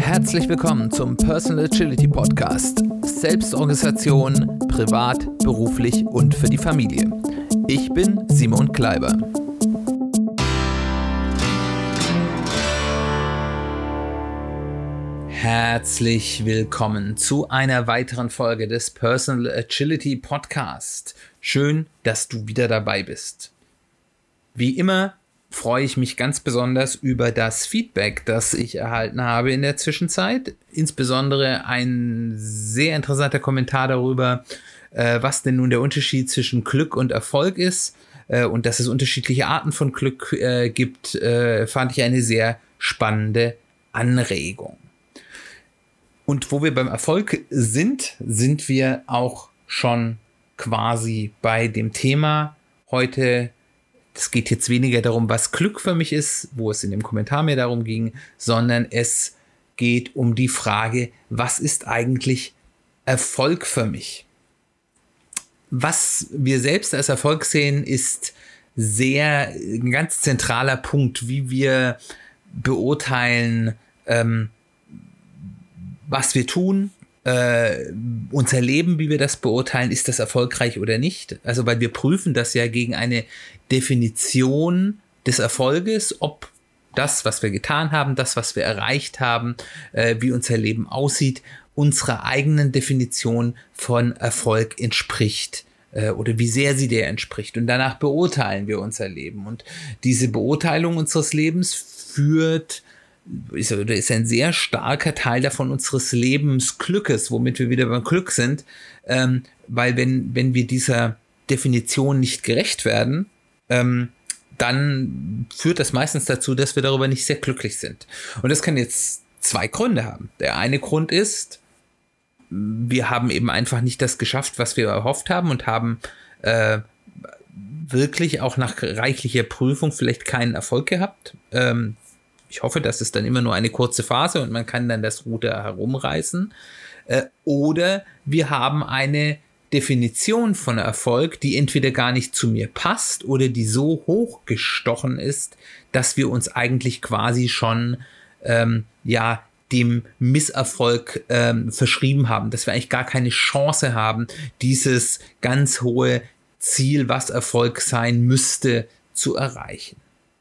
Herzlich willkommen zum Personal Agility Podcast. Selbstorganisation, privat, beruflich und für die Familie. Ich bin Simon Kleiber. Herzlich willkommen zu einer weiteren Folge des Personal Agility Podcast. Schön, dass du wieder dabei bist. Wie immer freue ich mich ganz besonders über das Feedback, das ich erhalten habe in der Zwischenzeit. Insbesondere ein sehr interessanter Kommentar darüber, was denn nun der Unterschied zwischen Glück und Erfolg ist und dass es unterschiedliche Arten von Glück gibt, fand ich eine sehr spannende Anregung. Und wo wir beim Erfolg sind wir auch schon quasi bei dem Thema heute. Es geht jetzt weniger darum, was Glück für mich ist, wo es in dem Kommentar mehr darum ging, sondern es geht um die Frage, was ist eigentlich Erfolg für mich? Was wir selbst als Erfolg sehen, ist ein ganz zentraler Punkt, wie wir beurteilen, was wir tun, unser Leben, wie wir das beurteilen, ist das erfolgreich oder nicht? Also, weil wir prüfen das ja gegen eine Definition des Erfolges, ob das, was wir getan haben, das, was wir erreicht haben, wie unser Leben aussieht, unserer eigenen Definition von Erfolg entspricht oder wie sehr sie der entspricht. Und danach beurteilen wir unser Leben. Und diese Beurteilung unseres Lebens ist ein sehr starker Teil davon unseres Lebensglückes, womit wir wieder beim Glück sind, weil wenn wir dieser Definition nicht gerecht werden, dann führt das meistens dazu, dass wir darüber nicht sehr glücklich sind. Und das kann jetzt zwei Gründe haben. Der eine Grund ist, wir haben eben einfach nicht das geschafft, was wir erhofft haben und haben wirklich auch nach reichlicher Prüfung vielleicht keinen Erfolg gehabt. Ich hoffe, das ist dann immer nur eine kurze Phase und man kann dann das Ruder herumreißen. Oder wir haben eine Definition von Erfolg, die entweder gar nicht zu mir passt oder die so hochgestochen ist, dass wir uns eigentlich quasi schon dem Misserfolg verschrieben haben, dass wir eigentlich gar keine Chance haben, dieses ganz hohe Ziel, was Erfolg sein müsste, zu erreichen.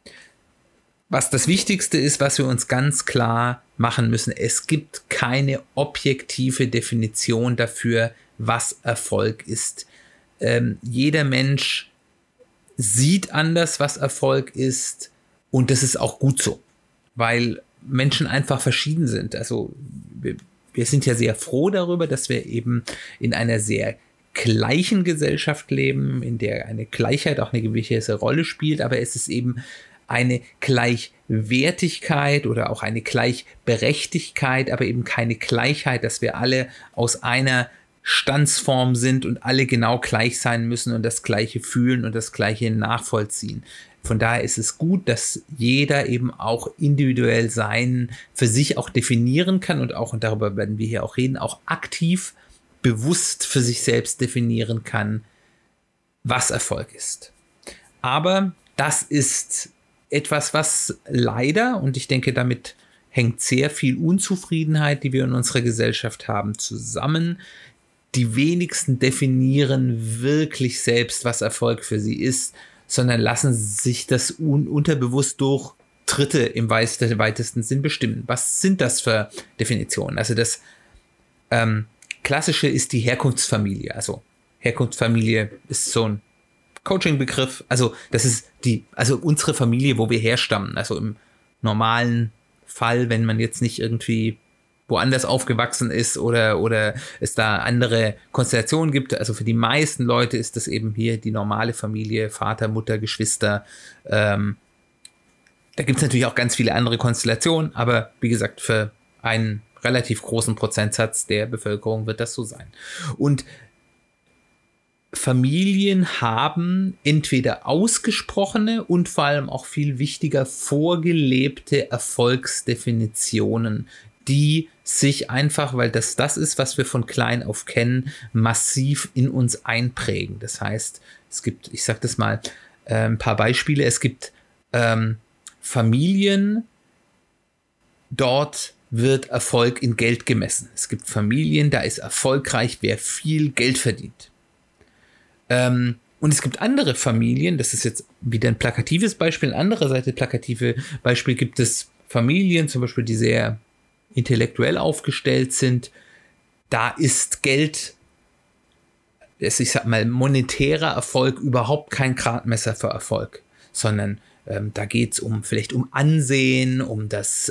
Was das Wichtigste ist, was wir uns ganz klar machen müssen, es gibt keine objektive Definition dafür, was Erfolg ist. Jeder Mensch sieht anders, was Erfolg ist, und das ist auch gut so, weil Menschen einfach verschieden sind. Also wir sind ja sehr froh darüber, dass wir eben in einer sehr gleichen Gesellschaft leben, in der eine Gleichheit auch eine gewisse Rolle spielt, aber es ist eben eine Gleichwertigkeit oder auch eine Gleichberechtigkeit, aber eben keine Gleichheit, dass wir alle aus einer Standsform sind und alle genau gleich sein müssen und das Gleiche fühlen und das Gleiche nachvollziehen. Von daher ist es gut, dass jeder eben auch individuell sein für sich auch definieren kann und darüber werden wir hier auch reden, auch aktiv, bewusst für sich selbst definieren kann, was Erfolg ist. Aber das ist etwas, was leider, und ich denke, damit hängt sehr viel Unzufriedenheit, die wir in unserer Gesellschaft haben, zusammen. Die wenigsten definieren wirklich selbst, was Erfolg für sie ist, sondern lassen sich das unterbewusst durch Dritte im weitesten Sinn bestimmen. Was sind das für Definitionen? Also das Klassische ist die Herkunftsfamilie. Also Herkunftsfamilie ist so ein Coaching-Begriff, also das ist unsere Familie, wo wir herstammen. Also im normalen Fall, wenn man jetzt nicht irgendwie woanders aufgewachsen ist oder es da andere Konstellationen gibt. Also für die meisten Leute ist das eben hier die normale Familie, Vater, Mutter, Geschwister. Da gibt es natürlich auch ganz viele andere Konstellationen, aber wie gesagt, für einen relativ großen Prozentsatz der Bevölkerung wird das so sein. Und Familien haben entweder ausgesprochene und vor allem auch viel wichtiger vorgelebte Erfolgsdefinitionen, die sich einfach, weil das ist, was wir von klein auf kennen, massiv in uns einprägen. Das heißt, es gibt, ich sage das mal, ein paar Beispiele. Es gibt Familien, dort wird Erfolg in Geld gemessen. Es gibt Familien, da ist erfolgreich, wer viel Geld verdient. Und es gibt andere Familien, das ist jetzt wieder ein plakatives Beispiel, an anderer Seite plakative Beispiel gibt es Familien, zum Beispiel, die sehr intellektuell aufgestellt sind. Da ist Geld, ich sag mal, monetärer Erfolg überhaupt kein Gradmesser für Erfolg, sondern da geht es vielleicht um Ansehen, um das,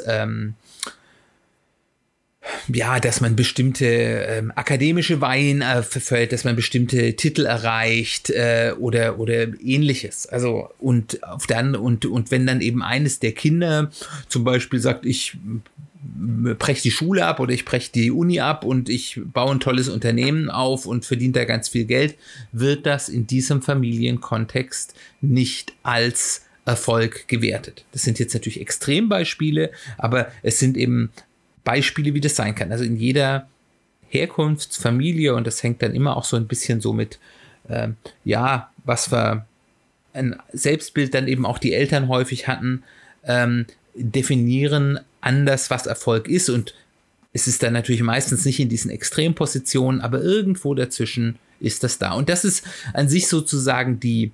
dass man bestimmte akademische Weihen verfällt, dass man bestimmte Titel erreicht oder ähnliches. Also und wenn dann eben eines der Kinder zum Beispiel sagt, ich breche die Schule ab oder ich breche die Uni ab und ich baue ein tolles Unternehmen auf und verdiene da ganz viel Geld, wird das in diesem Familienkontext nicht als Erfolg gewertet. Das sind jetzt natürlich Extrembeispiele, aber es sind eben Beispiele, wie das sein kann. Also in jeder Herkunftsfamilie, und das hängt dann immer auch so ein bisschen so mit, was für ein Selbstbild dann eben auch die Eltern häufig hatten, definieren anders, was Erfolg ist. Und es ist dann natürlich meistens nicht in diesen Extrempositionen, aber irgendwo dazwischen ist das da. Und das ist an sich sozusagen die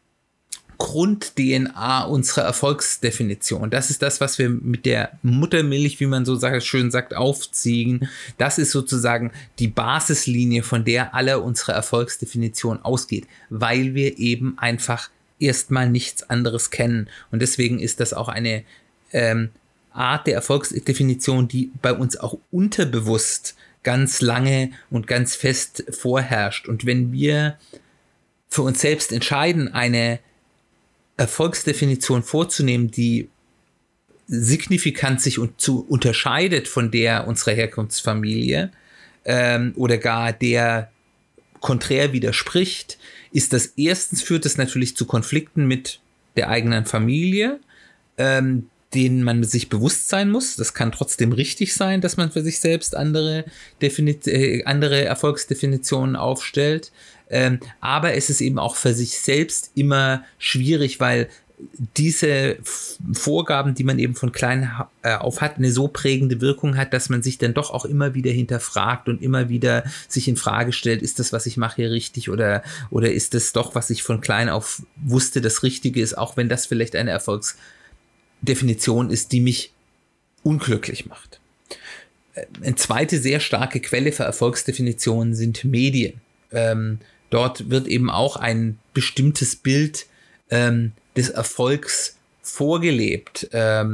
Grund-DNA unserer Erfolgsdefinition. Das ist das, was wir mit der Muttermilch, wie man so schön sagt, aufziehen. Das ist sozusagen die Basislinie, von der alle unsere Erfolgsdefinition ausgeht, weil wir eben einfach erstmal nichts anderes kennen. Und deswegen ist das auch eine Art der Erfolgsdefinition, die bei uns auch unterbewusst ganz lange und ganz fest vorherrscht. Und wenn wir für uns selbst entscheiden, eine Erfolgsdefinition vorzunehmen, die signifikant sich unterscheidet von der unserer Herkunftsfamilie oder gar der konträr widerspricht, ist das erstens, führt das natürlich zu Konflikten mit der eigenen Familie, denen man sich bewusst sein muss. Das kann trotzdem richtig sein, dass man für sich selbst andere Erfolgsdefinitionen aufstellt. Aber es ist eben auch für sich selbst immer schwierig, weil diese Vorgaben, die man eben von klein auf hat, eine so prägende Wirkung hat, dass man sich dann doch auch immer wieder hinterfragt und immer wieder sich in Frage stellt, ist das, was ich mache, hier richtig oder ist das doch, was ich von klein auf wusste, das Richtige ist, auch wenn das vielleicht eine Erfolgsdefinition ist, die mich unglücklich macht. Eine zweite sehr starke Quelle für Erfolgsdefinitionen sind Medien. Dort wird eben auch ein bestimmtes Bild des Erfolgs vorgelebt.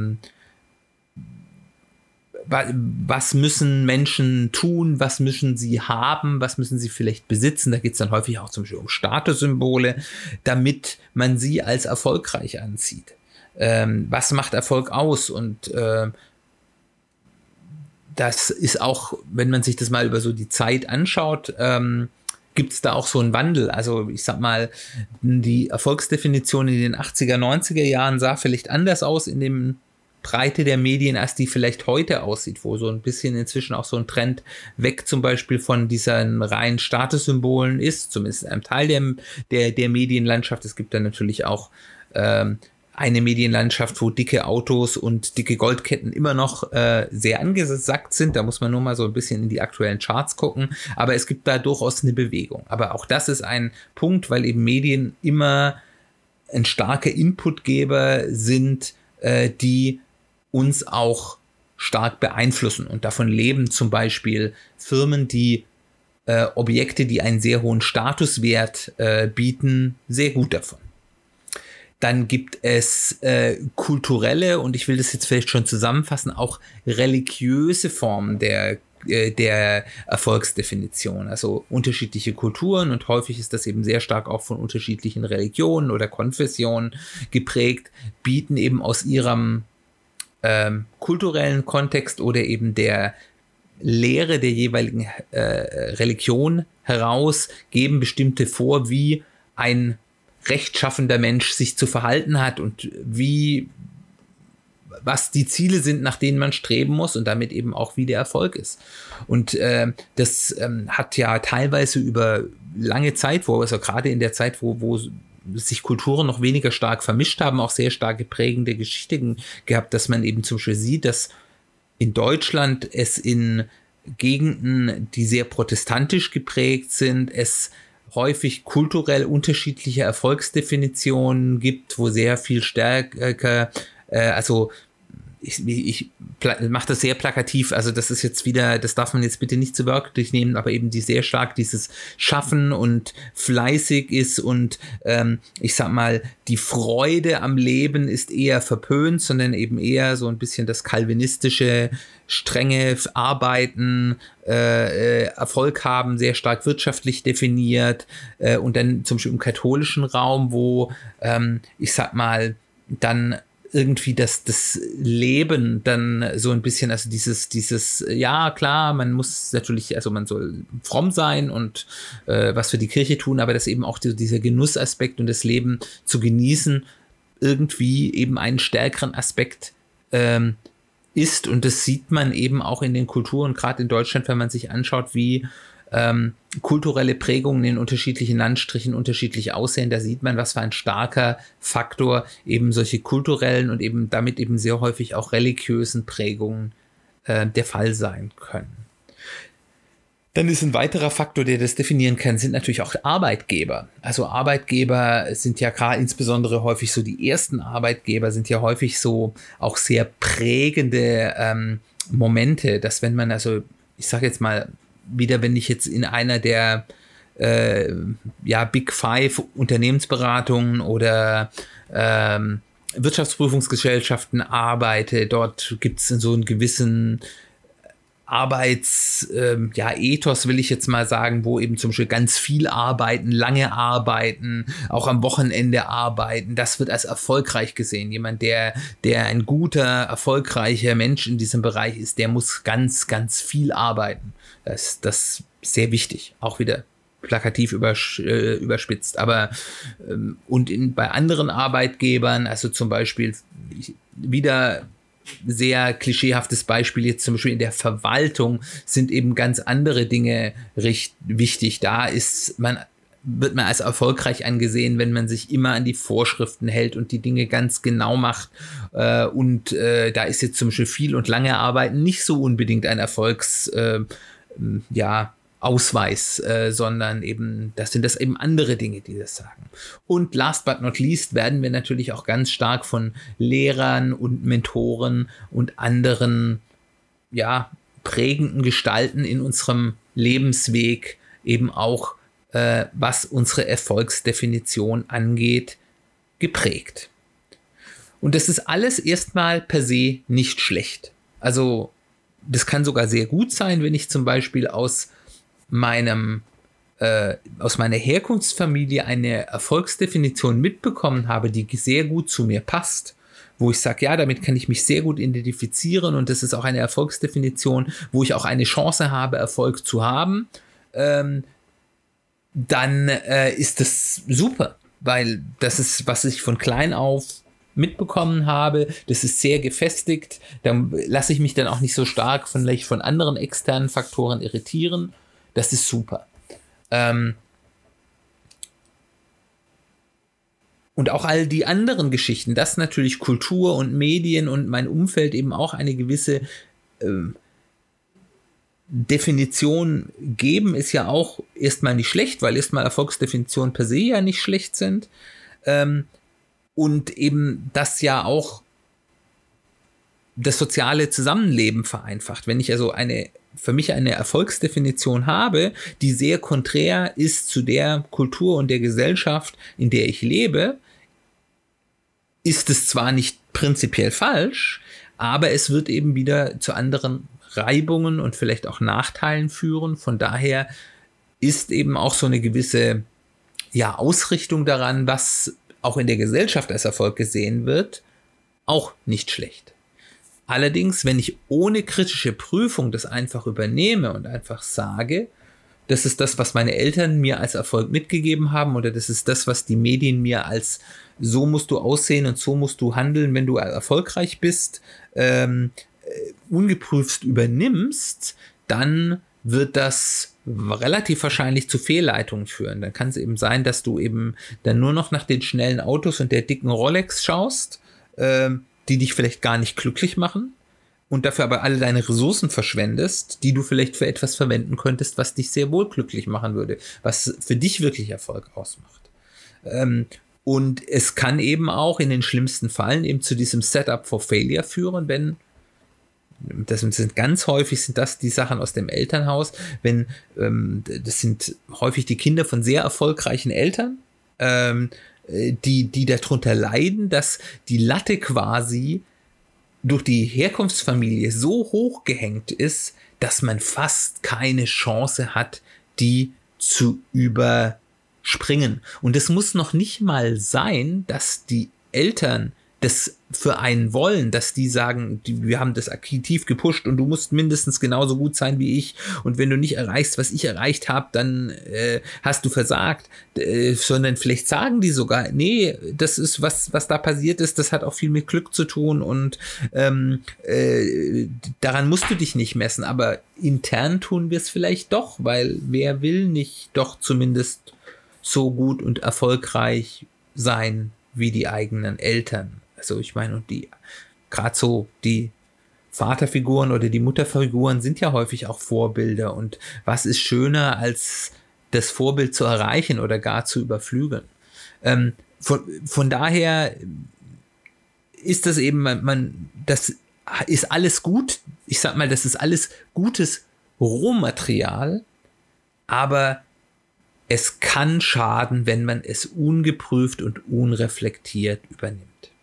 Was müssen Menschen tun? Was müssen sie haben? Was müssen sie vielleicht besitzen? Da geht es dann häufig auch zum Beispiel um Statussymbole, damit man sie als erfolgreich ansieht. Was macht Erfolg aus? Und das ist auch, wenn man sich das mal über so die Zeit anschaut, gibt es da auch so einen Wandel. Also ich sag mal, die Erfolgsdefinition in den 80er, 90er Jahren sah vielleicht anders aus in dem Breite der Medien, als die vielleicht heute aussieht, wo so ein bisschen inzwischen auch so ein Trend weg zum Beispiel von diesen reinen Statussymbolen ist, zumindest in einem Teil der Medienlandschaft. Es gibt dann natürlich auch eine Medienlandschaft, wo dicke Autos und dicke Goldketten immer noch sehr angesagt sind. Da muss man nur mal so ein bisschen in die aktuellen Charts gucken. Aber es gibt da durchaus eine Bewegung. Aber auch das ist ein Punkt, weil eben Medien immer ein starker Inputgeber sind, die uns auch stark beeinflussen. Und davon leben zum Beispiel Firmen, die Objekte, die einen sehr hohen Statuswert bieten, sehr gut davon. Dann gibt es kulturelle, und ich will das jetzt vielleicht schon zusammenfassen, auch religiöse Formen der Erfolgsdefinition. Also unterschiedliche Kulturen, und häufig ist das eben sehr stark auch von unterschiedlichen Religionen oder Konfessionen geprägt, bieten eben aus ihrem kulturellen Kontext oder eben der Lehre der jeweiligen Religion heraus, geben bestimmte vor, wie ein rechtschaffender Mensch sich zu verhalten hat und was die Ziele sind, nach denen man streben muss, und damit eben auch, wie der Erfolg ist. Und das hat ja teilweise über lange Zeit, also gerade in der Zeit, wo sich Kulturen noch weniger stark vermischt haben, auch sehr starke prägende Geschichten gehabt, dass man eben zum Beispiel sieht, dass in Deutschland es in Gegenden, die sehr protestantisch geprägt sind, es häufig kulturell unterschiedliche Erfolgsdefinitionen gibt, wo sehr viel stärker, also ich mache das sehr plakativ, also das ist jetzt wieder, das darf man jetzt bitte nicht zu wörtlich nehmen, aber eben die sehr stark dieses Schaffen und fleißig ist und ich sag mal, die Freude am Leben ist eher verpönt, sondern eben eher so ein bisschen das kalvinistische, strenge Arbeiten, Erfolg haben, sehr stark wirtschaftlich definiert und dann zum Beispiel im katholischen Raum, wo ich sag mal, dann irgendwie das Leben dann so ein bisschen, also dieses, ja klar, man muss natürlich, also man soll fromm sein und was für die Kirche tun, aber dass eben auch dieser Genussaspekt und das Leben zu genießen irgendwie eben einen stärkeren Aspekt ist und das sieht man eben auch in den Kulturen, gerade in Deutschland, wenn man sich anschaut, wie kulturelle Prägungen in unterschiedlichen Landstrichen unterschiedlich aussehen, da sieht man, was für ein starker Faktor eben solche kulturellen und eben damit eben sehr häufig auch religiösen Prägungen der Fall sein können. Dann ist ein weiterer Faktor, der das definieren kann, sind natürlich auch Arbeitgeber. Also Arbeitgeber sind ja gerade insbesondere häufig so, die ersten Arbeitgeber sind ja häufig so auch sehr prägende Momente, dass wenn man also, ich sage jetzt mal, wieder, wenn ich jetzt in einer der Big Five Unternehmensberatungen oder Wirtschaftsprüfungsgesellschaften arbeite, dort gibt es so einen gewissen Ethos will ich jetzt mal sagen, wo eben zum Beispiel ganz viel arbeiten, lange arbeiten, auch am Wochenende arbeiten, das wird als erfolgreich gesehen. Jemand, der ein guter, erfolgreicher Mensch in diesem Bereich ist, der muss ganz, ganz viel arbeiten. Das ist sehr wichtig, auch wieder plakativ überspitzt. Aber bei anderen Arbeitgebern, also zum Beispiel wieder sehr klischeehaftes Beispiel jetzt zum Beispiel in der Verwaltung sind eben ganz andere Dinge wichtig. Da wird man als erfolgreich angesehen, wenn man sich immer an die Vorschriften hält und die Dinge ganz genau macht. Da ist jetzt zum Beispiel viel und lange Arbeiten nicht so unbedingt ein Ausweis, sondern eben, das sind eben andere Dinge, die das sagen. Und last but not least werden wir natürlich auch ganz stark von Lehrern und Mentoren und anderen, prägenden Gestalten in unserem Lebensweg eben auch, was unsere Erfolgsdefinition angeht, geprägt. Und das ist alles erstmal per se nicht schlecht. Also, das kann sogar sehr gut sein, wenn ich zum Beispiel aus meiner Herkunftsfamilie eine Erfolgsdefinition mitbekommen habe, die sehr gut zu mir passt, wo ich sage, ja, damit kann ich mich sehr gut identifizieren und das ist auch eine Erfolgsdefinition, wo ich auch eine Chance habe, Erfolg zu haben, dann ist das super, weil das ist, was ich von klein auf mitbekommen habe, das ist sehr gefestigt, dann lasse ich mich dann auch nicht so stark vielleicht von anderen externen Faktoren irritieren. Das ist super. Und auch all die anderen Geschichten, dass natürlich Kultur und Medien und mein Umfeld eben auch eine gewisse Definition geben, ist ja auch erstmal nicht schlecht, weil erstmal Erfolgsdefinitionen per se ja nicht schlecht sind. Und eben das ja auch das soziale Zusammenleben vereinfacht. Wenn ich also für mich eine Erfolgsdefinition habe, die sehr konträr ist zu der Kultur und der Gesellschaft, in der ich lebe, ist es zwar nicht prinzipiell falsch, aber es wird eben wieder zu anderen Reibungen und vielleicht auch Nachteilen führen. Von daher ist eben auch so eine gewisse Ausrichtung daran, was auch in der Gesellschaft als Erfolg gesehen wird, auch nicht schlecht. Allerdings, wenn ich ohne kritische Prüfung das einfach übernehme und einfach sage, das ist das, was meine Eltern mir als Erfolg mitgegeben haben oder das ist das, was die Medien mir als so musst du aussehen und so musst du handeln, wenn du erfolgreich bist, ungeprüft übernimmst, dann wird das relativ wahrscheinlich zu Fehlleitungen führen. Dann kann es eben sein, dass du eben dann nur noch nach den schnellen Autos und der dicken Rolex schaust, die dich vielleicht gar nicht glücklich machen, und dafür aber alle deine Ressourcen verschwendest, die du vielleicht für etwas verwenden könntest, was dich sehr wohl glücklich machen würde, was für dich wirklich Erfolg ausmacht. Und es kann eben auch in den schlimmsten Fällen eben zu diesem Setup for Failure führen, wenn das sind ganz häufig sind das die Sachen aus dem Elternhaus, wenn das sind häufig die Kinder von sehr erfolgreichen Eltern, die darunter leiden, dass die Latte quasi durch die Herkunftsfamilie so hoch gehängt ist, dass man fast keine Chance hat, die zu überspringen. Und es muss noch nicht mal sein, dass die Eltern das für einen wollen, dass die sagen, wir haben das aktiv gepusht und du musst mindestens genauso gut sein wie ich und wenn du nicht erreichst, was ich erreicht habe, dann hast du versagt, sondern vielleicht sagen die sogar, nee, das ist was da passiert ist, das hat auch viel mit Glück zu tun und daran musst du dich nicht messen, aber intern tun wir es vielleicht doch, weil wer will nicht doch zumindest so gut und erfolgreich sein wie die eigenen Eltern. Also ich meine, und die gerade so die Vaterfiguren oder die Mutterfiguren sind ja häufig auch Vorbilder. Und was ist schöner, als das Vorbild zu erreichen oder gar zu überflügeln? Von daher ist das eben, das ist alles gut. Ich sag mal, das ist alles gutes Rohmaterial, aber es kann schaden, wenn man es ungeprüft und unreflektiert übernimmt.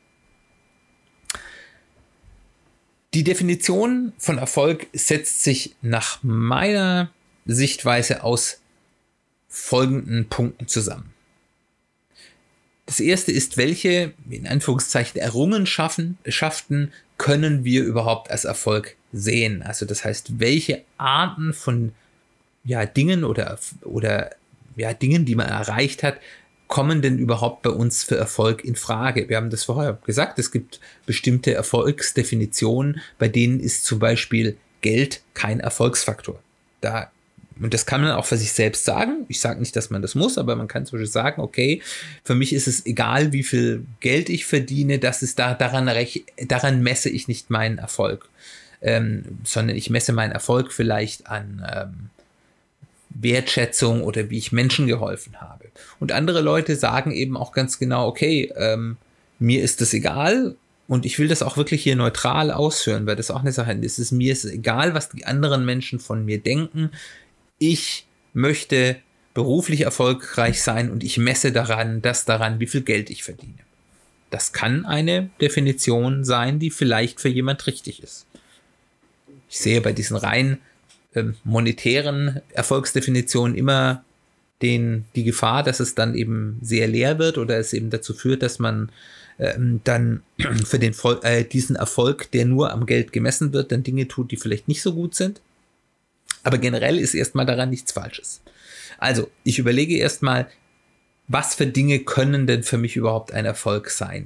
Die Definition von Erfolg setzt sich nach meiner Sichtweise aus folgenden Punkten zusammen. Das erste ist, welche, in Anführungszeichen, Errungenschaften können wir überhaupt als Erfolg sehen? Also das heißt, welche Arten von Dingen oder Dingen, die man erreicht hat, kommen denn überhaupt bei uns für Erfolg in Frage? Wir haben das vorher gesagt, es gibt bestimmte Erfolgsdefinitionen, bei denen ist zum Beispiel Geld kein Erfolgsfaktor. Und das kann man auch für sich selbst sagen. Ich sage nicht, dass man das muss, aber man kann zum Beispiel sagen, okay, für mich ist es egal, wie viel Geld ich verdiene, daran messe ich nicht meinen Erfolg, sondern ich messe meinen Erfolg vielleicht an Wertschätzung oder wie ich Menschen geholfen habe. Und andere Leute sagen eben auch ganz genau, okay, mir ist das egal und ich will das auch wirklich hier neutral ausführen, weil das auch eine Sache ist. Mir ist egal, was die anderen Menschen von mir denken. Ich möchte beruflich erfolgreich sein und ich messe daran, wie viel Geld ich verdiene. Das kann eine Definition sein, die vielleicht für jemand richtig ist. Ich sehe bei diesen rein monetären Erfolgsdefinitionen immer die Gefahr, dass es dann eben sehr leer wird oder es eben dazu führt, dass man dann für diesen Erfolg, der nur am Geld gemessen wird, dann Dinge tut, die vielleicht nicht so gut sind. Aber generell ist erstmal daran nichts Falsches. Also, ich überlege erstmal, was für Dinge können denn für mich überhaupt ein Erfolg sein?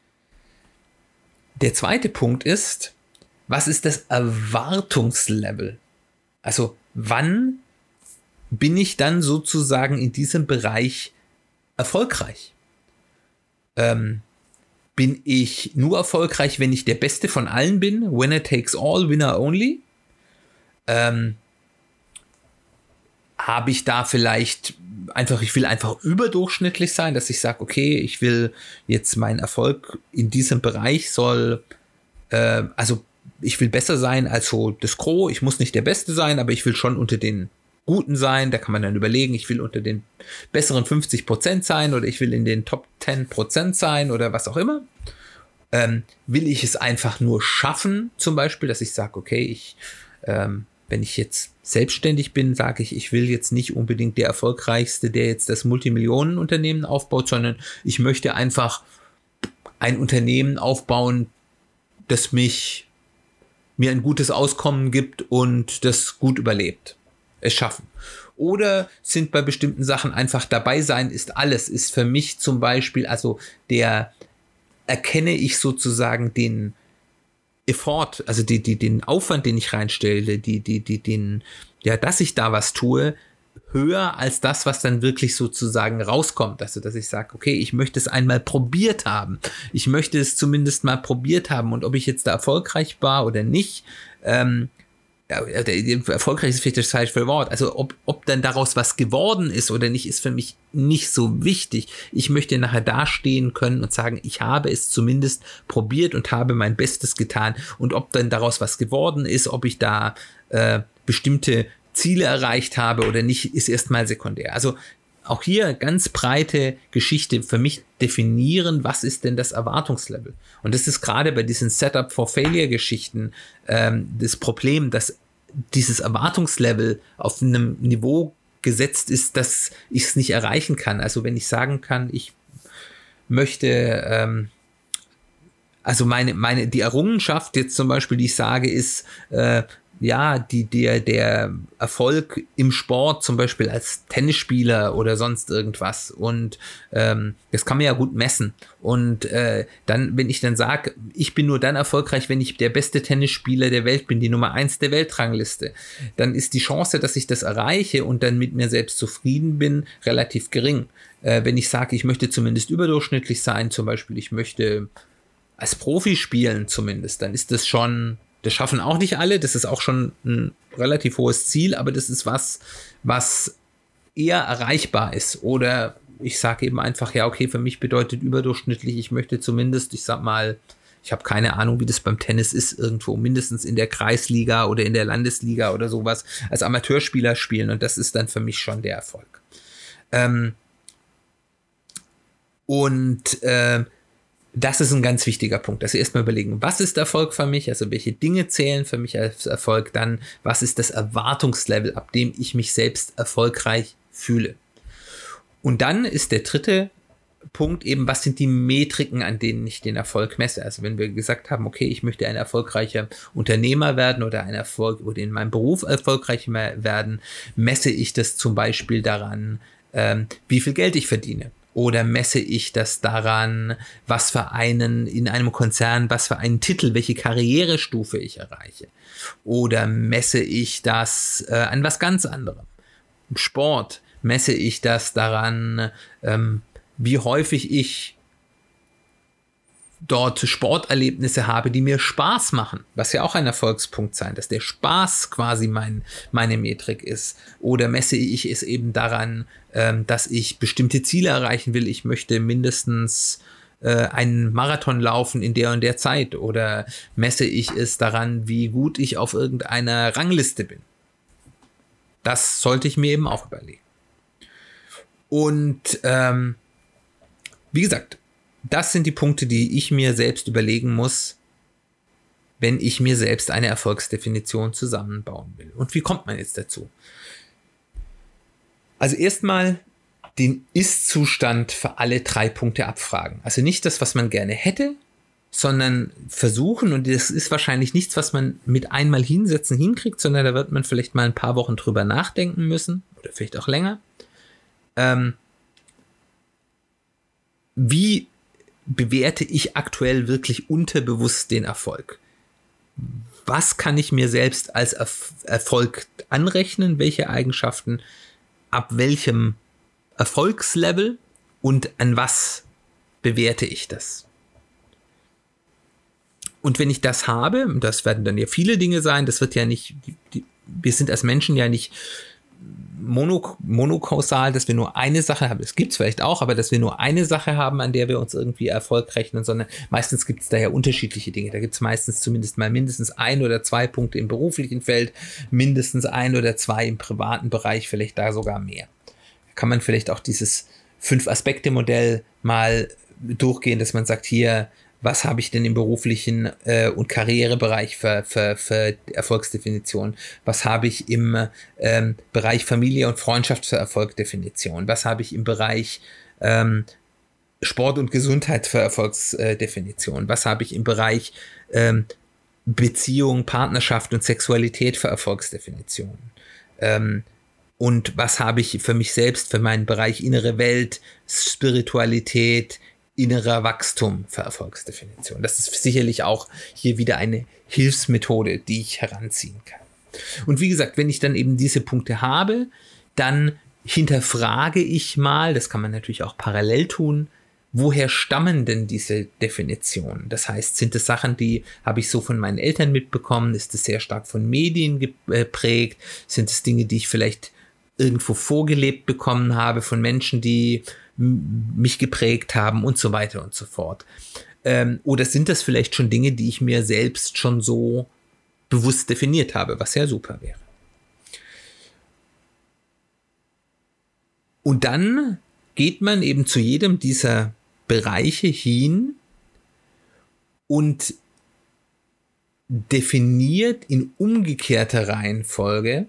Der zweite Punkt ist, was ist das Erwartungslevel? Also wann bin ich dann sozusagen in diesem Bereich erfolgreich? Bin ich nur erfolgreich, wenn ich der Beste von allen bin? Winner takes all, winner only? Habe ich da vielleicht ich will einfach überdurchschnittlich sein, dass ich sage, okay, ich will jetzt meinen Erfolg in diesem Bereich ich will besser sein als so das Gros. Ich muss nicht der Beste sein, aber ich will schon unter den Guten sein. Da kann man dann überlegen, ich will unter den besseren 50% sein oder ich will in den Top 10% sein oder was auch immer. Will ich es einfach nur schaffen, zum Beispiel, dass ich sage, okay, wenn ich jetzt selbstständig bin, sage ich will jetzt nicht unbedingt der Erfolgreichste, der jetzt das Multimillionenunternehmen aufbaut, sondern ich möchte einfach ein Unternehmen aufbauen, das mir ein gutes Auskommen gibt und das gut überlebt. Es schaffen. Oder sind bei bestimmten Sachen einfach dabei sein ist alles. Ist für mich zum Beispiel, erkenne ich sozusagen den Effort, also den Aufwand, den ich reinstelle, dass ich da was tue, höher als das, was dann wirklich sozusagen rauskommt. Also, dass ich sage, okay, ich möchte es einmal probiert haben. Ich möchte es zumindest mal probiert haben. Und ob ich jetzt da erfolgreich war oder nicht, erfolgreich ist vielleicht das falsche Wort. Also, ob dann daraus was geworden ist oder nicht, ist für mich nicht so wichtig. Ich möchte nachher dastehen können und sagen, ich habe es zumindest probiert und habe mein Bestes getan. Und ob dann daraus was geworden ist, ob ich da bestimmte Ziele erreicht habe oder nicht, ist erstmal sekundär. Also auch hier ganz breite Geschichte für mich definieren, was ist denn das Erwartungslevel? Und das ist gerade bei diesen Setup for Failure Geschichten das Problem, dass dieses Erwartungslevel auf einem Niveau gesetzt ist, dass ich es nicht erreichen kann. Also wenn ich sagen kann, ich möchte also die Errungenschaft jetzt zum Beispiel, die ich sage, ist der Erfolg im Sport, zum Beispiel als Tennisspieler oder sonst irgendwas. Und das kann man ja gut messen. Und dann, wenn ich dann sage, ich bin nur dann erfolgreich, wenn ich der beste Tennisspieler der Welt bin, die Nummer 1 der Weltrangliste, dann ist die Chance, dass ich das erreiche und dann mit mir selbst zufrieden bin, relativ gering. Wenn ich sage, ich möchte zumindest überdurchschnittlich sein, zum Beispiel, ich möchte als Profi spielen zumindest, dann ist das schon. Das schaffen auch nicht alle, das ist auch schon ein relativ hohes Ziel, aber das ist was eher erreichbar ist. Oder ich sage eben einfach, ja, okay, für mich bedeutet überdurchschnittlich, ich möchte zumindest, ich sag mal, ich habe keine Ahnung, wie das beim Tennis ist, irgendwo mindestens in der Kreisliga oder in der Landesliga oder sowas als Amateurspieler spielen, und das ist dann für mich schon der Erfolg. Das ist ein ganz wichtiger Punkt. Also erstmal überlegen, was ist Erfolg für mich? Also welche Dinge zählen für mich als Erfolg? Dann, was ist das Erwartungslevel, ab dem ich mich selbst erfolgreich fühle? Und dann ist der dritte Punkt eben, was sind die Metriken, an denen ich den Erfolg messe? Also wenn wir gesagt haben, okay, ich möchte ein erfolgreicher Unternehmer werden oder ein Erfolg oder in meinem Beruf erfolgreich werden, messe ich das zum Beispiel daran, wie viel Geld ich verdiene. Oder messe ich das daran, was für einen in einem Konzern, was für einen Titel, welche Karrierestufe ich erreiche? Oder messe ich das an was ganz anderem? Im Sport messe ich das daran, wie häufig ich dort Sporterlebnisse habe, die mir Spaß machen, was ja auch ein Erfolgspunkt sein, dass der Spaß quasi meine Metrik ist. Oder messe ich es eben daran, dass ich bestimmte Ziele erreichen will. Ich möchte mindestens einen Marathon laufen in der und der Zeit. Oder messe ich es daran, wie gut ich auf irgendeiner Rangliste bin. Das sollte ich mir eben auch überlegen. Und wie gesagt, das sind die Punkte, die ich mir selbst überlegen muss, wenn ich mir selbst eine Erfolgsdefinition zusammenbauen will. Und wie kommt man jetzt dazu? Also erstmal den Ist-Zustand für alle 3 Punkte abfragen. Also nicht das, was man gerne hätte, sondern versuchen, und das ist wahrscheinlich nichts, was man mit einmal hinsetzen hinkriegt, sondern da wird man vielleicht mal ein paar Wochen drüber nachdenken müssen oder vielleicht auch länger. Wie bewerte ich aktuell wirklich unterbewusst den Erfolg? Was kann ich mir selbst als Erfolg anrechnen? Welche Eigenschaften? Ab welchem Erfolgslevel? Und an was bewerte ich das? Und wenn ich das habe, das werden dann ja viele Dinge sein, das wird ja nicht, wir sind als Menschen ja nicht monokausal, dass wir nur eine Sache haben. Das gibt es vielleicht auch, aber dass wir nur eine Sache haben, an der wir uns irgendwie Erfolg rechnen, sondern meistens gibt es da ja unterschiedliche Dinge. Da gibt es meistens zumindest mal mindestens 1 oder 2 Punkte im beruflichen Feld, mindestens 1 oder 2 im privaten Bereich, vielleicht da sogar mehr. Da kann man vielleicht auch dieses 5-Aspekte-Modell mal durchgehen, dass man sagt, hier, was habe ich denn im beruflichen und Karrierebereich für Erfolgsdefinition? Was habe ich im Bereich Familie und Freundschaft für Erfolgsdefinition? Was habe ich im Bereich Sport und Gesundheit für Erfolgsdefinition? Was habe ich im Bereich Beziehung, Partnerschaft und Sexualität für Erfolgsdefinition? Und was habe ich für mich selbst, für meinen Bereich innere Welt, Spiritualität, innerer Wachstum für Erfolgsdefinition? Das ist sicherlich auch hier wieder eine Hilfsmethode, die ich heranziehen kann. Und wie gesagt, wenn ich dann eben diese Punkte habe, Dann hinterfrage ich mal, das kann man natürlich auch parallel tun, woher stammen denn diese Definitionen? Das heißt, sind es Sachen, die habe ich so von meinen Eltern mitbekommen? Ist es sehr stark von Medien geprägt? Sind es Dinge, die ich vielleicht irgendwo vorgelebt bekommen habe von Menschen, die mich geprägt haben und so weiter und so fort? Oder sind das vielleicht schon Dinge, die ich mir selbst schon so bewusst definiert habe, was ja super wäre? Und dann geht man eben zu jedem dieser Bereiche hin und definiert in umgekehrter Reihenfolge,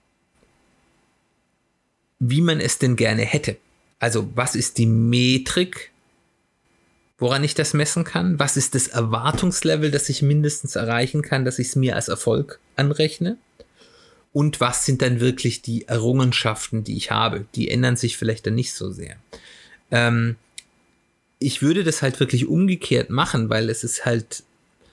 wie man es denn gerne hätte. Also was ist die Metrik, woran ich das messen kann? Was ist das Erwartungslevel, das ich mindestens erreichen kann, dass ich es mir als Erfolg anrechne? Und was sind dann wirklich die Errungenschaften, die ich habe? Die ändern sich vielleicht dann nicht so sehr. Ich würde das halt wirklich umgekehrt machen, weil es ist halt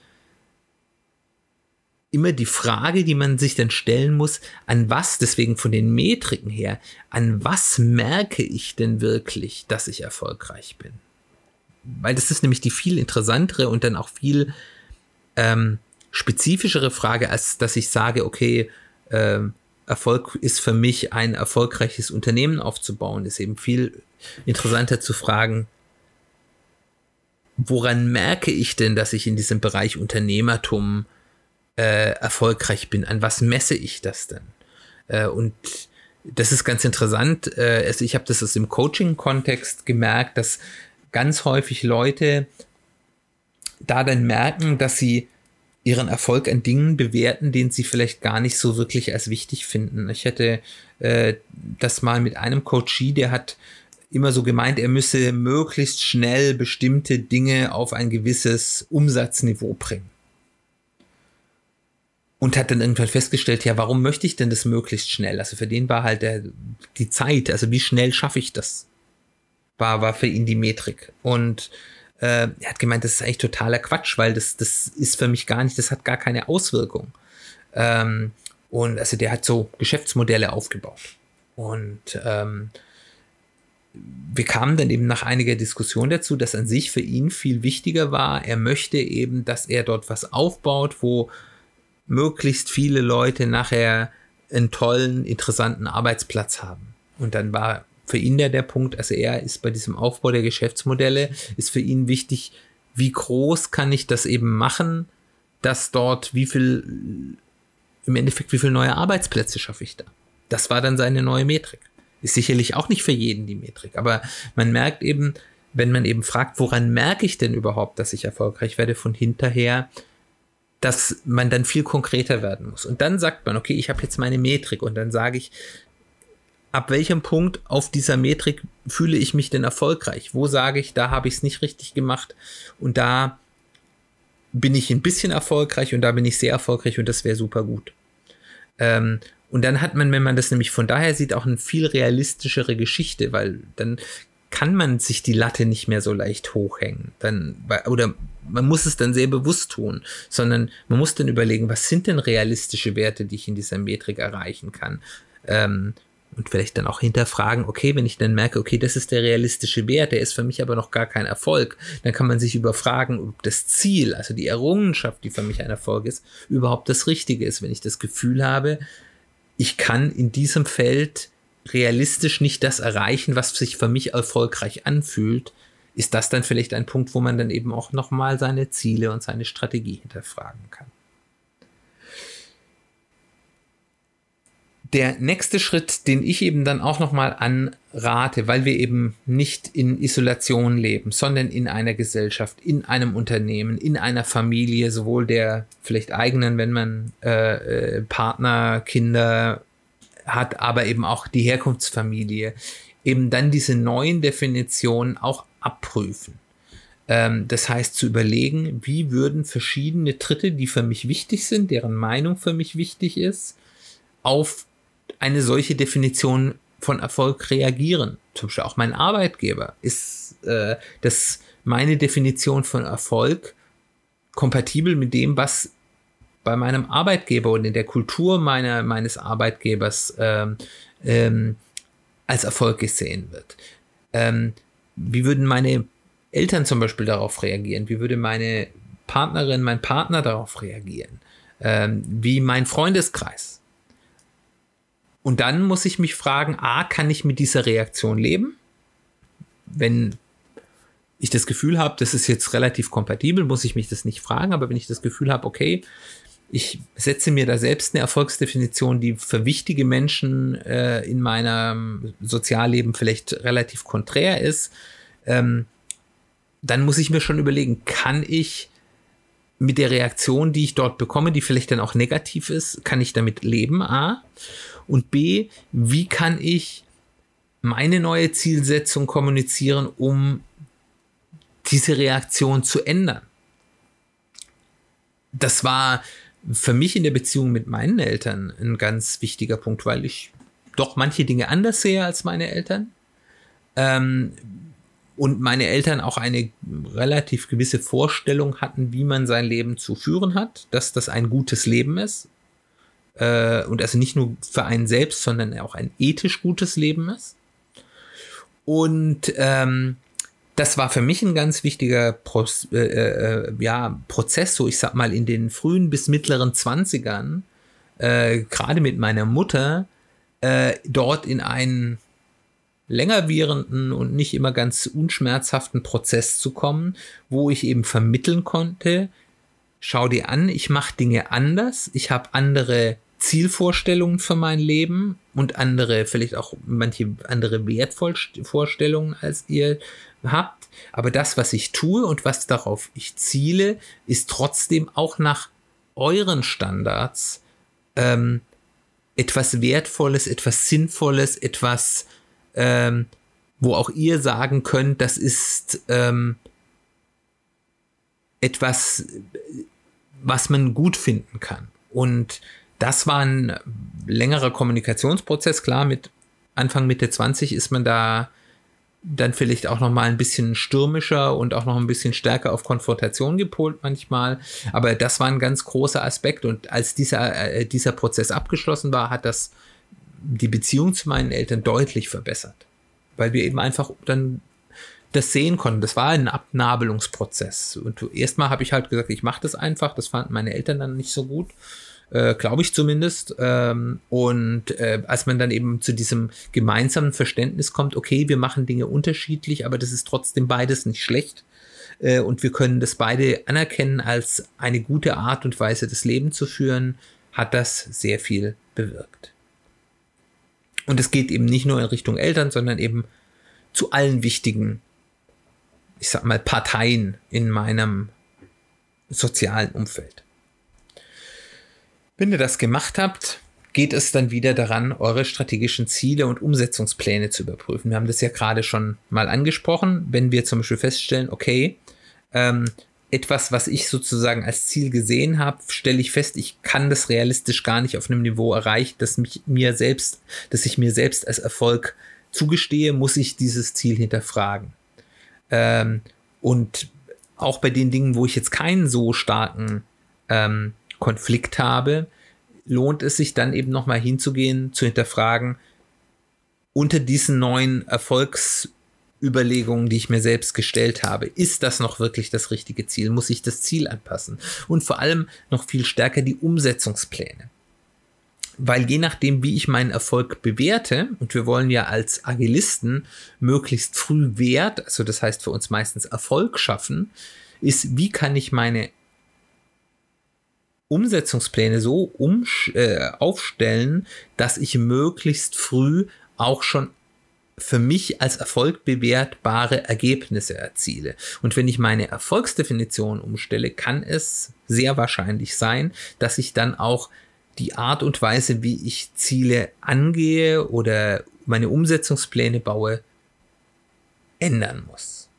immer die Frage, die man sich dann stellen muss, an was, deswegen von den Metriken her, an was merke ich denn wirklich, dass ich erfolgreich bin? Weil das ist nämlich die viel interessantere und dann auch viel spezifischere Frage, als dass ich sage, okay, Erfolg ist für mich, ein erfolgreiches Unternehmen aufzubauen, ist eben viel interessanter zu fragen, woran merke ich denn, dass ich in diesem Bereich Unternehmertum erfolgreich bin? An was messe ich das denn? Und das ist ganz interessant. Also ich habe das aus dem Coaching-Kontext gemerkt, dass ganz häufig Leute da dann merken, dass sie ihren Erfolg an Dingen bewerten, den sie vielleicht gar nicht so wirklich als wichtig finden. Ich hatte das mal mit einem Coachee, der hat immer so gemeint, er müsse möglichst schnell bestimmte Dinge auf ein gewisses Umsatzniveau bringen. Und hat dann irgendwann festgestellt, ja, warum möchte ich denn das möglichst schnell? Also für den war halt die Zeit, also wie schnell schaffe ich das, war für ihn die Metrik. Und er hat gemeint, das ist eigentlich totaler Quatsch, weil das ist für mich gar nicht, das hat gar keine Auswirkung. Und also der hat so Geschäftsmodelle aufgebaut. Und wir kamen dann eben nach einiger Diskussion dazu, dass an sich für ihn viel wichtiger war, er möchte eben, dass er dort was aufbaut, wo möglichst viele Leute nachher einen tollen, interessanten Arbeitsplatz haben. Und dann war für ihn der Punkt, also er ist bei diesem Aufbau der Geschäftsmodelle, ist für ihn wichtig, wie groß kann ich das eben machen, dass dort im Endeffekt wie viele neue Arbeitsplätze schaffe ich da. Das war dann seine neue Metrik. Ist sicherlich auch nicht für jeden die Metrik, aber man merkt eben, wenn man eben fragt, woran merke ich denn überhaupt, dass ich erfolgreich werde, von hinterher, dass man dann viel konkreter werden muss. Und dann sagt man, okay, ich habe jetzt meine Metrik und dann sage ich, ab welchem Punkt auf dieser Metrik fühle ich mich denn erfolgreich? Wo sage ich, da habe ich es nicht richtig gemacht und da bin ich ein bisschen erfolgreich und da bin ich sehr erfolgreich und das wäre super gut. Und dann hat man, wenn man das nämlich von daher sieht, auch eine viel realistischere Geschichte, weil dann kann man sich die Latte nicht mehr so leicht hochhängen. Oder man muss es dann sehr bewusst tun, sondern man muss dann überlegen, was sind denn realistische Werte, die ich in dieser Metrik erreichen kann? Und vielleicht dann auch hinterfragen, okay, wenn ich dann merke, okay, das ist der realistische Wert, der ist für mich aber noch gar kein Erfolg, dann kann man sich überfragen, ob das Ziel, also die Errungenschaft, die für mich ein Erfolg ist, überhaupt das Richtige ist. Wenn ich das Gefühl habe, ich kann in diesem Feld realistisch nicht das erreichen, was sich für mich erfolgreich anfühlt, ist das dann vielleicht ein Punkt, wo man dann eben auch nochmal seine Ziele und seine Strategie hinterfragen kann. Der nächste Schritt, den ich eben dann auch nochmal anrate, weil wir eben nicht in Isolation leben, sondern in einer Gesellschaft, in einem Unternehmen, in einer Familie, sowohl der vielleicht eigenen, wenn man Partner, Kinder hat, aber eben auch die Herkunftsfamilie, eben dann diese neuen Definitionen auch abprüfen. Das heißt, zu überlegen, wie würden verschiedene Dritte, die für mich wichtig sind, deren Meinung für mich wichtig ist, auf eine solche Definition von Erfolg reagieren. Zum Beispiel auch mein Arbeitgeber. Ist meine Definition von Erfolg kompatibel mit dem, was bei meinem Arbeitgeber und in der Kultur meines Arbeitgebers als Erfolg gesehen wird. Wie würden meine Eltern zum Beispiel darauf reagieren? Wie würde meine Partnerin, mein Partner darauf reagieren? Wie mein Freundeskreis? Und dann muss ich mich fragen, kann ich mit dieser Reaktion leben? Wenn ich das Gefühl habe, das ist jetzt relativ kompatibel, muss ich mich das nicht fragen, aber wenn ich das Gefühl habe, okay, ich setze mir da selbst eine Erfolgsdefinition, die für wichtige Menschen in meinem Sozialleben vielleicht relativ konträr ist, dann muss ich mir schon überlegen, kann ich mit der Reaktion, die ich dort bekomme, die vielleicht dann auch negativ ist, kann ich damit leben, A? Und B, wie kann ich meine neue Zielsetzung kommunizieren, um diese Reaktion zu ändern? Das war für mich in der Beziehung mit meinen Eltern ein ganz wichtiger Punkt, weil ich doch manche Dinge anders sehe als meine Eltern. Und meine Eltern auch eine relativ gewisse Vorstellung hatten, wie man sein Leben zu führen hat, dass das ein gutes Leben ist. Und also nicht nur für einen selbst, sondern auch ein ethisch gutes Leben ist. Und das war für mich ein ganz wichtiger Prozess, so ich sag mal in den frühen bis mittleren 20ern, gerade mit meiner Mutter, dort in einen länger währenden und nicht immer ganz unschmerzhaften Prozess zu kommen, wo ich eben vermitteln konnte, schau dir an, ich mache Dinge anders, ich habe andere Zielvorstellungen für mein Leben und vielleicht auch manche andere Wertvorstellungen als ihr habt, aber das, was ich tue und was darauf ich ziele, ist trotzdem auch nach euren Standards etwas Wertvolles, etwas Sinnvolles, etwas wo auch ihr sagen könnt, das ist etwas, was man gut finden kann. Und das war ein längerer Kommunikationsprozess. Klar, mit Anfang, Mitte 20 ist man da dann vielleicht auch noch mal ein bisschen stürmischer und auch noch ein bisschen stärker auf Konfrontation gepolt manchmal. Aber das war ein ganz großer Aspekt. Und als dieser Prozess abgeschlossen war, hat das die Beziehung zu meinen Eltern deutlich verbessert, weil wir eben einfach dann das sehen konnten. Das war ein Abnabelungsprozess. Und erstmal habe ich halt gesagt, ich mache das einfach. Das fanden meine Eltern dann nicht so gut, glaube ich zumindest. Als man dann eben zu diesem gemeinsamen Verständnis kommt, okay, wir machen Dinge unterschiedlich, aber das ist trotzdem beides nicht schlecht. Und wir können das beide anerkennen als eine gute Art und Weise, das Leben zu führen, hat das sehr viel bewirkt. Und es geht eben nicht nur in Richtung Eltern, sondern eben zu allen wichtigen, ich sag mal, Parteien in meinem sozialen Umfeld. Wenn ihr das gemacht habt, geht es dann wieder daran, eure strategischen Ziele und Umsetzungspläne zu überprüfen. Wir haben das ja gerade schon mal angesprochen. Wenn wir zum Beispiel feststellen, okay, etwas, was ich sozusagen als Ziel gesehen habe, stelle ich fest, ich kann das realistisch gar nicht auf einem Niveau erreichen, dass ich mir selbst als Erfolg zugestehe, muss ich dieses Ziel hinterfragen. Und auch bei den Dingen, wo ich jetzt keinen so starken Konflikt habe, lohnt es sich dann eben nochmal hinzugehen, zu hinterfragen, unter diesen neuen Erfolgsüberlegungen, die ich mir selbst gestellt habe, ist das noch wirklich das richtige Ziel? Muss ich das Ziel anpassen? Und vor allem noch viel stärker die Umsetzungspläne. Weil je nachdem, wie ich meinen Erfolg bewerte, und wir wollen ja als Agilisten möglichst früh Wert, also das heißt für uns meistens Erfolg schaffen, ist, wie kann ich meine Umsetzungspläne so aufstellen, dass ich möglichst früh auch schon für mich als Erfolg bewertbare Ergebnisse erziele. Und wenn ich meine Erfolgsdefinition umstelle, kann es sehr wahrscheinlich sein, dass ich dann auch die Art und Weise, wie ich Ziele angehe oder meine Umsetzungspläne baue, ändern muss.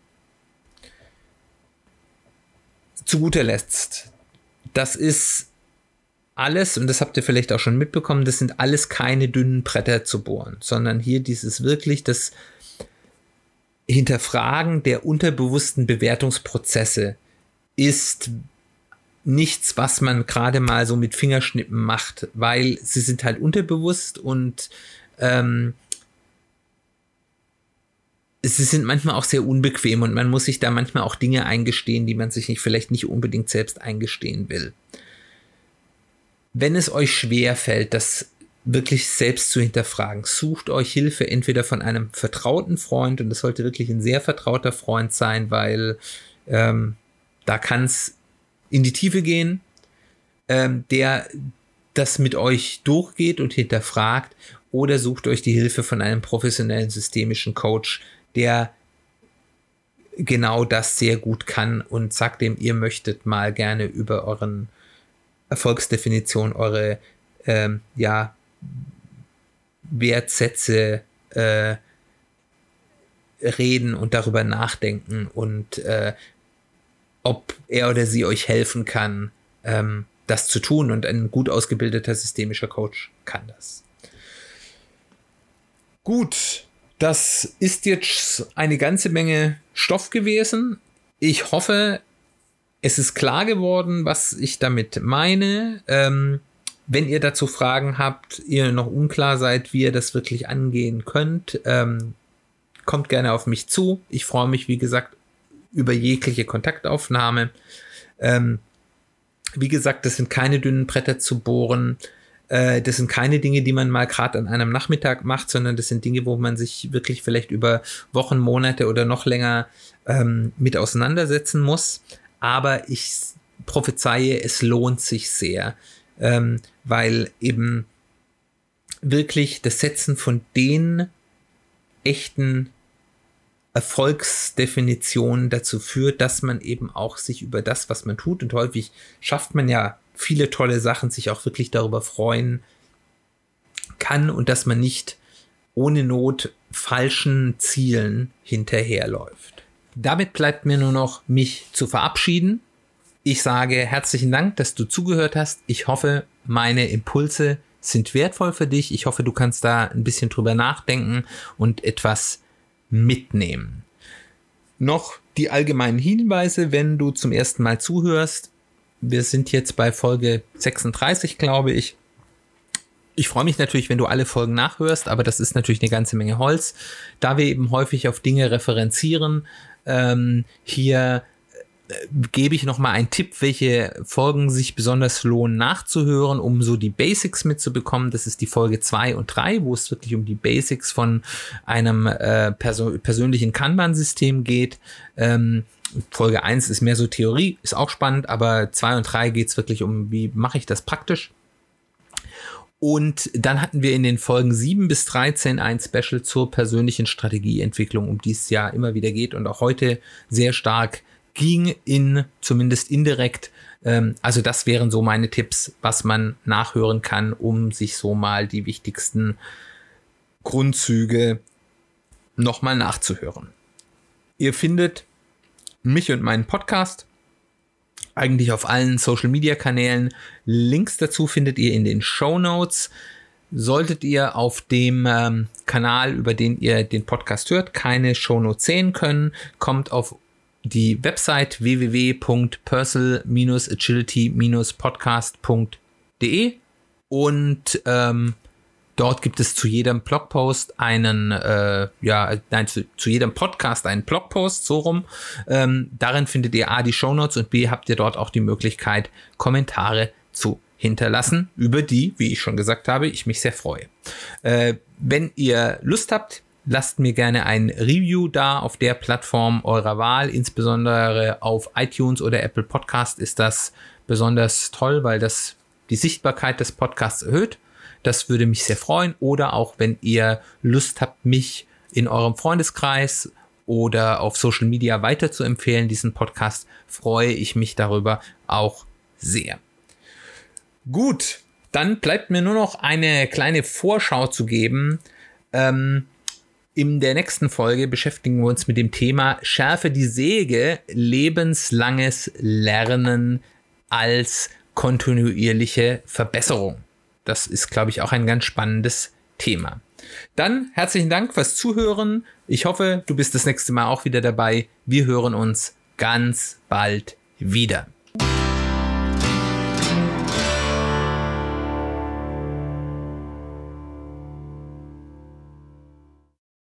Zu guter Letzt, das ist alles, und das habt ihr vielleicht auch schon mitbekommen, das sind alles keine dünnen Bretter zu bohren, sondern hier dieses wirklich das Hinterfragen der unterbewussten Bewertungsprozesse ist nichts, was man gerade mal so mit Fingerschnippen macht, weil sie sind halt unterbewusst und sie sind manchmal auch sehr unbequem und man muss sich da manchmal auch Dinge eingestehen, die man sich vielleicht nicht unbedingt selbst eingestehen will. Wenn es euch schwer fällt, das wirklich selbst zu hinterfragen, sucht euch Hilfe entweder von einem vertrauten Freund, und das sollte wirklich ein sehr vertrauter Freund sein, weil da kann es in die Tiefe gehen, der das mit euch durchgeht und hinterfragt, oder sucht euch die Hilfe von einem professionellen systemischen Coach, der genau das sehr gut kann und sagt dem, ihr möchtet mal gerne über euren Erfolgsdefinition, eure Wertsätze reden und darüber nachdenken und ob er oder sie euch helfen kann, das zu tun, und ein gut ausgebildeter systemischer Coach kann das. Gut, das ist jetzt eine ganze Menge Stoff gewesen. Ich hoffe, es ist klar geworden, was ich damit meine. Wenn ihr dazu Fragen habt, ihr noch unklar seid, wie ihr das wirklich angehen könnt, kommt gerne auf mich zu. Ich freue mich, wie gesagt, über jegliche Kontaktaufnahme. Wie gesagt, das sind keine dünnen Bretter zu bohren. Das sind keine Dinge, die man mal gerade an einem Nachmittag macht, sondern das sind Dinge, wo man sich wirklich vielleicht über Wochen, Monate oder noch länger mit auseinandersetzen muss. Aber ich prophezeie, es lohnt sich sehr, weil eben wirklich das Setzen von den echten Erfolgsdefinitionen dazu führt, dass man eben auch sich über das, was man tut, und häufig schafft man ja viele tolle Sachen, sich auch wirklich darüber freuen kann und dass man nicht ohne Not falschen Zielen hinterherläuft. Damit bleibt mir nur noch, mich zu verabschieden. Ich sage herzlichen Dank, dass du zugehört hast. Ich hoffe, meine Impulse sind wertvoll für dich. Ich hoffe, du kannst da ein bisschen drüber nachdenken und etwas mitnehmen. Noch die allgemeinen Hinweise, wenn du zum ersten Mal zuhörst. Wir sind jetzt bei Folge 36, glaube ich. Ich freue mich natürlich, wenn du alle Folgen nachhörst, aber das ist natürlich eine ganze Menge Holz. Da wir eben häufig auf Dinge referenzieren, hier gebe ich nochmal einen Tipp, welche Folgen sich besonders lohnen nachzuhören, um so die Basics mitzubekommen. Das ist die Folge 2 und 3, wo es wirklich um die Basics von einem persönlichen Kanban-System geht. Folge 1 ist mehr so Theorie, ist auch spannend, aber 2 und 3 geht es wirklich um, wie mache ich das praktisch. Und dann hatten wir in den Folgen 7 bis 13 ein Special zur persönlichen Strategieentwicklung, um die es ja immer wieder geht und auch heute sehr stark ging, zumindest indirekt. Also das wären so meine Tipps, was man nachhören kann, um sich so mal die wichtigsten Grundzüge nochmal nachzuhören. Ihr findet mich und meinen Podcast eigentlich auf allen Social-Media-Kanälen. Links dazu findet ihr in den Shownotes. Solltet ihr auf dem Kanal, über den ihr den Podcast hört, keine Shownotes sehen können, kommt auf die Website www.personal-agility-podcast.de und dort gibt es zu jedem Blogpost zu jedem Podcast einen Blogpost, so rum. Darin findet ihr A, die Shownotes, und B, habt ihr dort auch die Möglichkeit, Kommentare zu hinterlassen, über die, wie ich schon gesagt habe, ich mich sehr freue. Wenn ihr Lust habt, lasst mir gerne ein Review da auf der Plattform eurer Wahl, insbesondere auf iTunes oder Apple Podcast ist das besonders toll, weil das die Sichtbarkeit des Podcasts erhöht. Das würde mich sehr freuen. Oder auch, wenn ihr Lust habt, mich in eurem Freundeskreis oder auf Social Media weiter zu empfehlen, diesen Podcast, freue ich mich darüber auch sehr. Gut, dann bleibt mir nur noch eine kleine Vorschau zu geben. In der nächsten Folge beschäftigen wir uns mit dem Thema Schärfe die Säge, lebenslanges Lernen als kontinuierliche Verbesserung. Das ist, glaube ich, auch ein ganz spannendes Thema. Dann herzlichen Dank fürs Zuhören. Ich hoffe, du bist das nächste Mal auch wieder dabei. Wir hören uns ganz bald wieder.